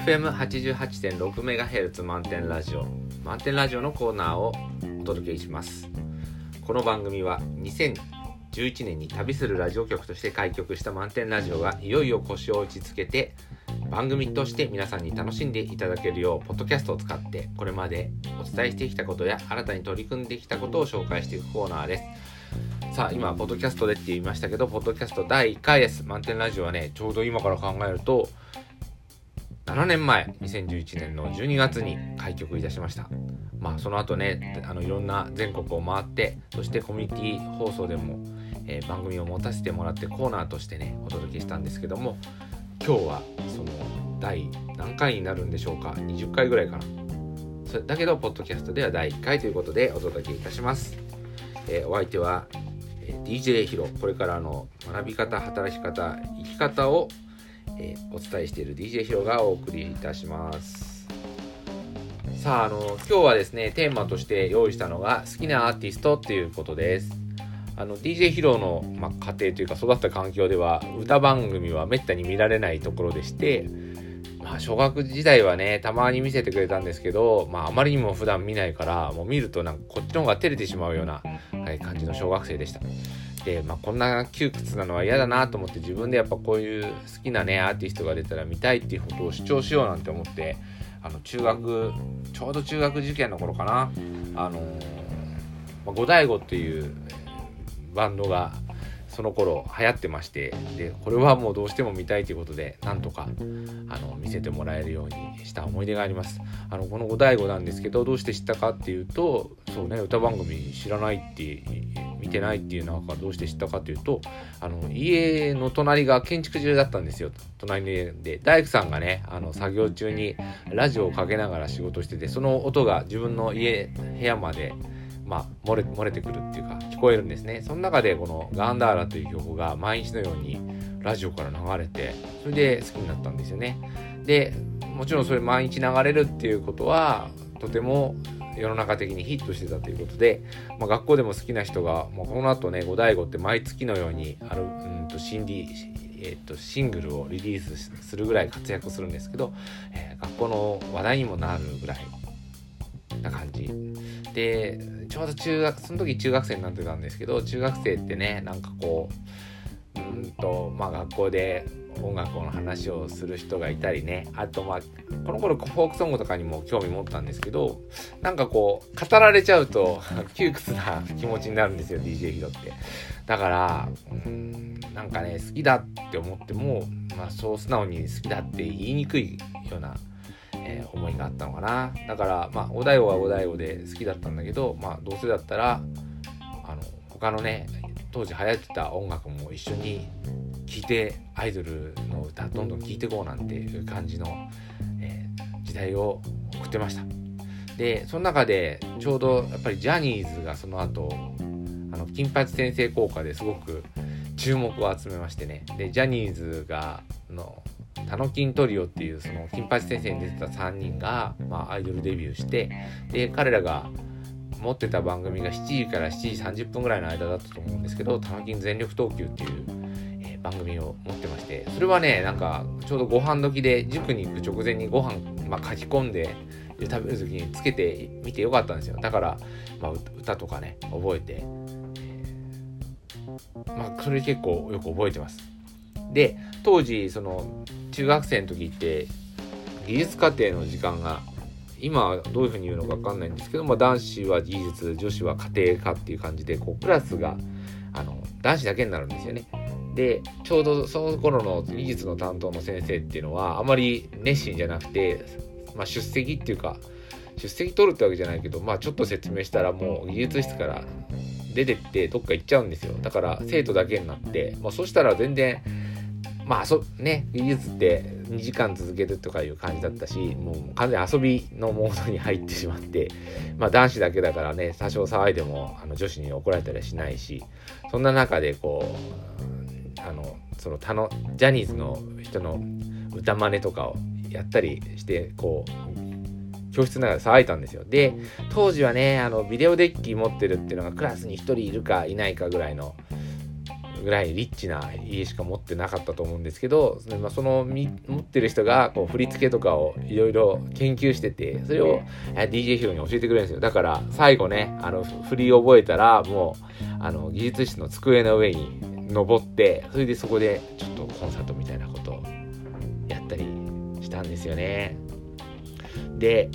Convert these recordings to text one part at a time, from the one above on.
FM88.6MHz 満点ラジオのコーナーをお届けします。この番組は2011年に旅するラジオ局として開局した満点ラジオがいよいよ腰を落ち着けて番組として皆さんに楽しんでいただけるようポッドキャストを使ってこれまでお伝えしてきたことや新たに取り組んできたことを紹介していくコーナーです。さあ今ポッドキャストでって言いましたけど、ポッドキャスト第1回です。満点ラジオはね、ちょうど今から考えると7年前2011年の12月に開局いたしました。その後ね、いろんな全国を回って、そしてコミュニティ放送でも、番組を持たせてもらってコーナーとしてねお届けしたんですけども、今日はその第何回になるんでしょうか。20回ぐらいかな。だけどポッドキャストでは第1回ということでお届けいたします。お相手はDJ ヒロ、これからの学び方、働き方、生き方を、お伝えしている DJ ヒロがお送りいたします。さあ、今日はですね、テーマとして用意したのが好きなアーティストっていうことです。DJ ヒロの、家庭というか育った環境では歌番組はめったに見られないところでして、小学時代はねたまに見せてくれたんですけど、あまりにも普段見ないからもう見るとなんかこっちの方が照れてしまうような感じの小学生でした。で、こんな窮屈なのは嫌だなと思って、自分でやっぱこういう好きなねアーティストが出たら見たいっていうことを主張しようなんて思って、ちょうど中学受験の頃かな、ゴダイゴっていうバンドがその頃流行ってまして、でこれはもうどうしても見たいということでなんとか見せてもらえるようにした思い出があります。このゴダイゴなんですけど、どうして知ったかっていうと、そうね、歌番組知らないって見てないっていうのがどうして知ったかというと、家の隣が建築中だったんですよ。隣の家で大工さんがね作業中にラジオをかけながら仕事してて、その音が自分の部屋まで漏れてくるっていうか聞こえるんですね。その中でこのガンダーラという曲が毎日のようにラジオから流れて、それで好きになったんですよね。でもちろんそれ毎日流れるっていうことはとても世の中的にヒットしてたということで、学校でも好きな人が、この後ねゴダイゴって毎月のようにシングルをリリースするぐらい活躍するんですけど、学校の話題にもなるぐらいな感じで、ちょうどその時中学生になってたんですけど、中学生ってねなんかこう学校で音楽の話をする人がいたりね、あとこの頃フォークソングとかにも興味持ったんですけど、なんかこう語られちゃうと窮屈な気持ちになるんですよ DJ ヒロって。だからなんかね好きだって思っても、そう素直に好きだって言いにくいような思いがあったのかな。だからゴダイゴはゴダイゴで好きだったんだけど、どうせだったら他のね当時流行ってた音楽も一緒に聴いて、アイドルの歌どんどん聴いていこうなんていう感じの、時代を送ってました。でその中でちょうどやっぱりジャニーズがその後金八先生効果ですごく注目を集めましてね。でジャニーズがタノキントリオっていうその金八先生に出てた3人が、アイドルデビューして、で彼らが持ってた番組が7時から7時30分ぐらいの間だったと思うんですけど、タノキン全力投球っていう、番組を持ってまして、それはねなんかちょうどご飯時で塾に行く直前にご飯、書き込んで食べる時につけてみてよかったんですよ。だから、歌とかね覚えて、それ結構よく覚えてます。で当時その中学生の時って技術課程の時間が今はどういう風に言うのか分かんないんですけど、男子は技術、女子は家庭科っていう感じでクラスが男子だけになるんですよね。でちょうどその頃の技術の担当の先生っていうのはあまり熱心じゃなくて、出席っていうか出席取るってわけじゃないけど、ちょっと説明したらもう技術室から出てってどっか行っちゃうんですよ。だから生徒だけになって、そしたら全然技術って2時間続けるとかいう感じだったし、もう完全に遊びのモードに入ってしまって、男子だけだからね多少騒いでも女子に怒られたりはしないし、そんな中でそのジャニーズの人の歌真似とかをやったりして教室の中で騒いだんですよ。で当時はねビデオデッキ持ってるっていうのがクラスに1人いるかいないかぐらいのぐらいリッチな家しか持ってなかったと思うんですけど、その持ってる人がこう振り付けとかをいろいろ研究してて、それを DJ ヒロに教えてくれるんですよ。だから最後ね振り覚えたらもう技術室の机の上に登って、それでそこでちょっとコンサートみたいなことをやったりしたんですよね。で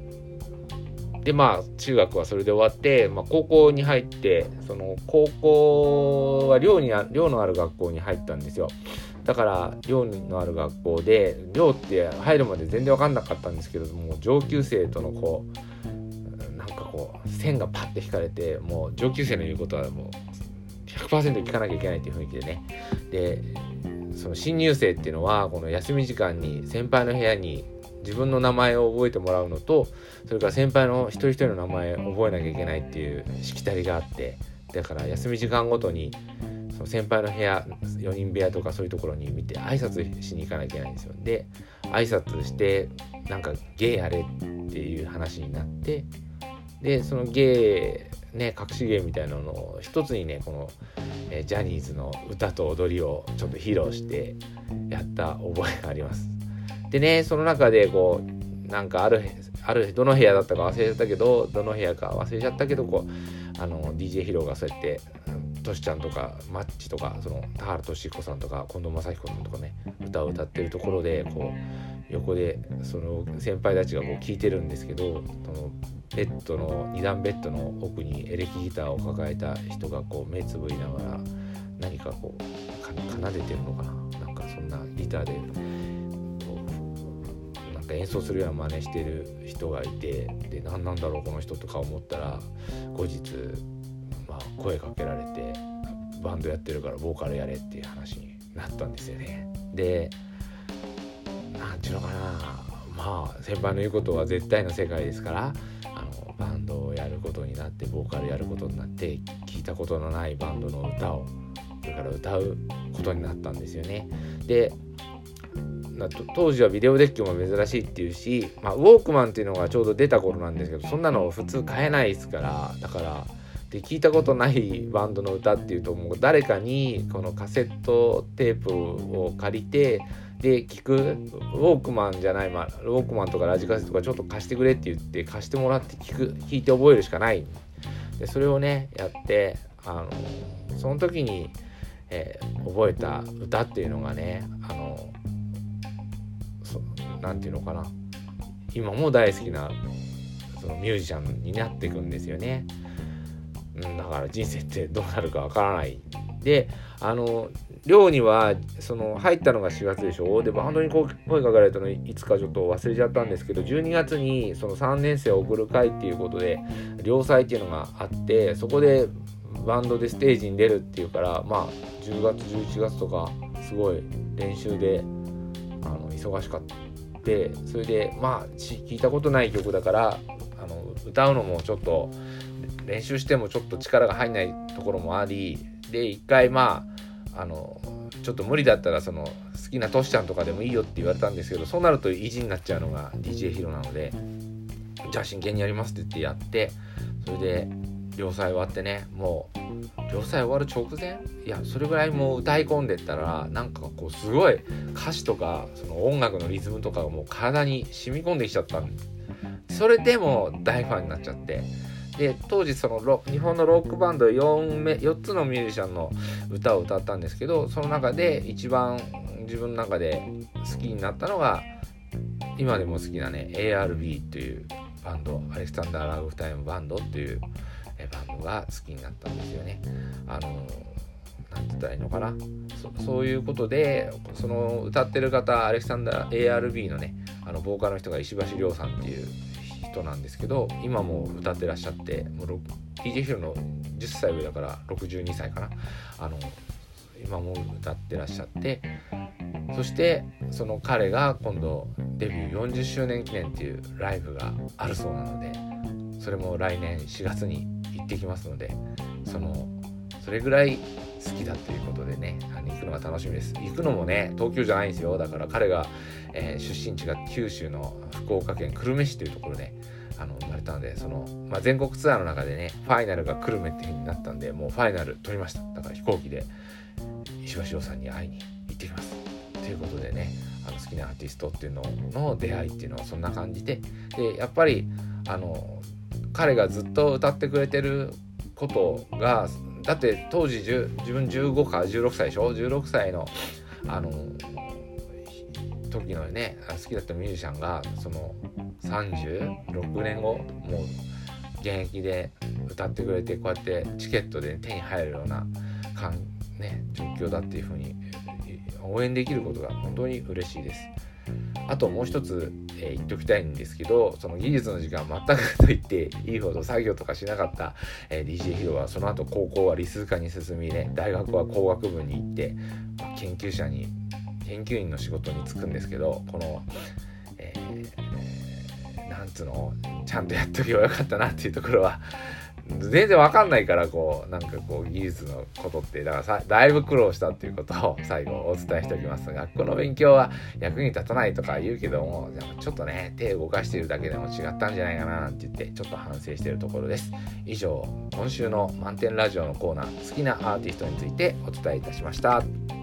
まあ中学はそれで終わって、高校に入って、その高校は寮のある学校に入ったんですよ。だから寮のある学校で、寮って入るまで全然分かんなかったんですけども、上級生とのこうなんかこう線がパッて引かれて、もう上級生の言うことはもう 100% 聞かなきゃいけないっていう雰囲気でね。でその新入生っていうのはこの休み時間に先輩の部屋に自分の名前を覚えてもらうのと、それから先輩の一人一人の名前を覚えなきゃいけないっていうしきたりがあって、だから休み時間ごとにその先輩の部屋、4人部屋とかそういうところに見て挨拶しに行かなきゃいけないんですよ。で挨拶してなんか芸やれっていう話になって、でその芸ね、隠し芸みたいなのを一つにね、この、ジャニーズの歌と踊りをちょっと披露してやった覚えがあります。でね、その中でこうなんかあるどの部屋だったか忘れちゃったけど、こうDJ ヒロがそうやってトシちゃんとかマッチとか、その田原俊彦さんとか近藤正彦さんとかね、歌を歌ってるところでこう横でその先輩たちがこう聴いてるんですけど、そのベッドの2段ベッドの奥にエレキギターを抱えた人がこう目つぶりながら何かこう奏でてるのかな、なんかそんなギターでなんか演奏するような真似してる人がいて、で何なんだろうこの人とか思ったら、後日声かけられて、バンドやってるからボーカルやれっていう話になったんですよね。でなんちゅうのかな、先輩の言うことは絶対の世界ですから、バンドをやることになって、ボーカルやることになって、聞いたことのないバンドの歌をそれから歌うことになったんですよね。で当時はビデオデッキも珍しいっていうし、ウォークマンっていうのがちょうど出た頃なんですけど、そんなの普通買えないですから、だからで聞いたことないバンドの歌っていうと、もう誰かにこのカセットテープを借りて、で聞く、ウォークマンじゃない、ウォークマンとかラジカセとかちょっと貸してくれって言って貸してもらって聞いて覚えるしかない。でそれをねやって、その時に、覚えた歌っていうのがね、なんていうのかな、今も大好きなそのミュージシャンになっていくんですよね。だから人生ってどうなるかわからない。で寮にはその入ったのが4月でしょ。でバンドに声かけられたのいつかちょっと忘れちゃったんですけど、12月にその3年生を送る会っていうことで寮祭っていうのがあって、そこでバンドでステージに出るっていうから、10月11月とかすごい練習で忙しかった。それで聞いたことない曲だから歌うのもちょっと練習してもちょっと力が入んないところもあり、で一回ちょっと無理だったらその好きなトシちゃんとかでもいいよって言われたんですけど、そうなると意地になっちゃうのが DJ ヒロなので、じゃあ真剣にやりますって言ってやって、それで寮祭終わってね、もう寮祭終わる直前、それぐらいもう歌い込んでったら、なんかこうすごい歌詞とかその音楽のリズムとかがもう体に染み込んできちゃったんです。それでも大ファンになっちゃって、で当時その日本のロックバンド4つのミュージシャンの歌を歌ったんですけど、その中で一番自分の中で好きになったのが、今でも好きなね ARB というバンド、アレクサンダー・ラグタイムバンドっていうバンドが好きになったんですよね。なんて言ったらいいのかな、そういうことで、その歌ってる方、アレクサンダー ARB のねボーカルの人が石橋亮さんっていう人なんですけど、今も歌ってらっしゃって、もう DJ ヒロの10歳上だから62歳かな、今も歌ってらっしゃって、そしてその彼が今度デビュー40周年記念っていうライブがあるそうなので、それも来年4月に行ってきますので、それぐらい好きだということでね、行くのが楽しみです。行くのもね東京じゃないんですよ。だから彼が、出身地が九州の福岡県久留米市というところで生まれたので、全国ツアーの中でねファイナルが久留米っていう風になったんで、もうファイナル取りました。だから飛行機で、 岩城さんに会いに行ってきますということでね、好きなアーティストっていうのの出会いっていうのはそんな感じで、やっぱり彼がずっと歌ってくれてることが、だって当時自分15か16歳でしょ。16歳の時のね好きだったミュージシャンがその36年後もう現役で歌ってくれて、こうやってチケットで手に入るような状況だっていう風に応援できることが本当に嬉しいです。あともう一つ、言っておきたいんですけど、その技術の時間全くと言っていいほど作業とかしなかった、DJ ヒロはその後高校は理数科に進みね、大学は工学部に行って、研究員の仕事に就くんですけど、この、なんつうのちゃんとやっとけばよかったなっていうところは全然わかんないから、技術のことってだからだいぶ苦労したっていうことを最後お伝えしておきますが、この勉強は役に立たないとか言うけども、ちょっとね手を動かしているだけでも違ったんじゃないかななんて言ってちょっと反省しているところです。以上、今週の満点ラジオのコーナー、好きなアーティストについてお伝えいたしました。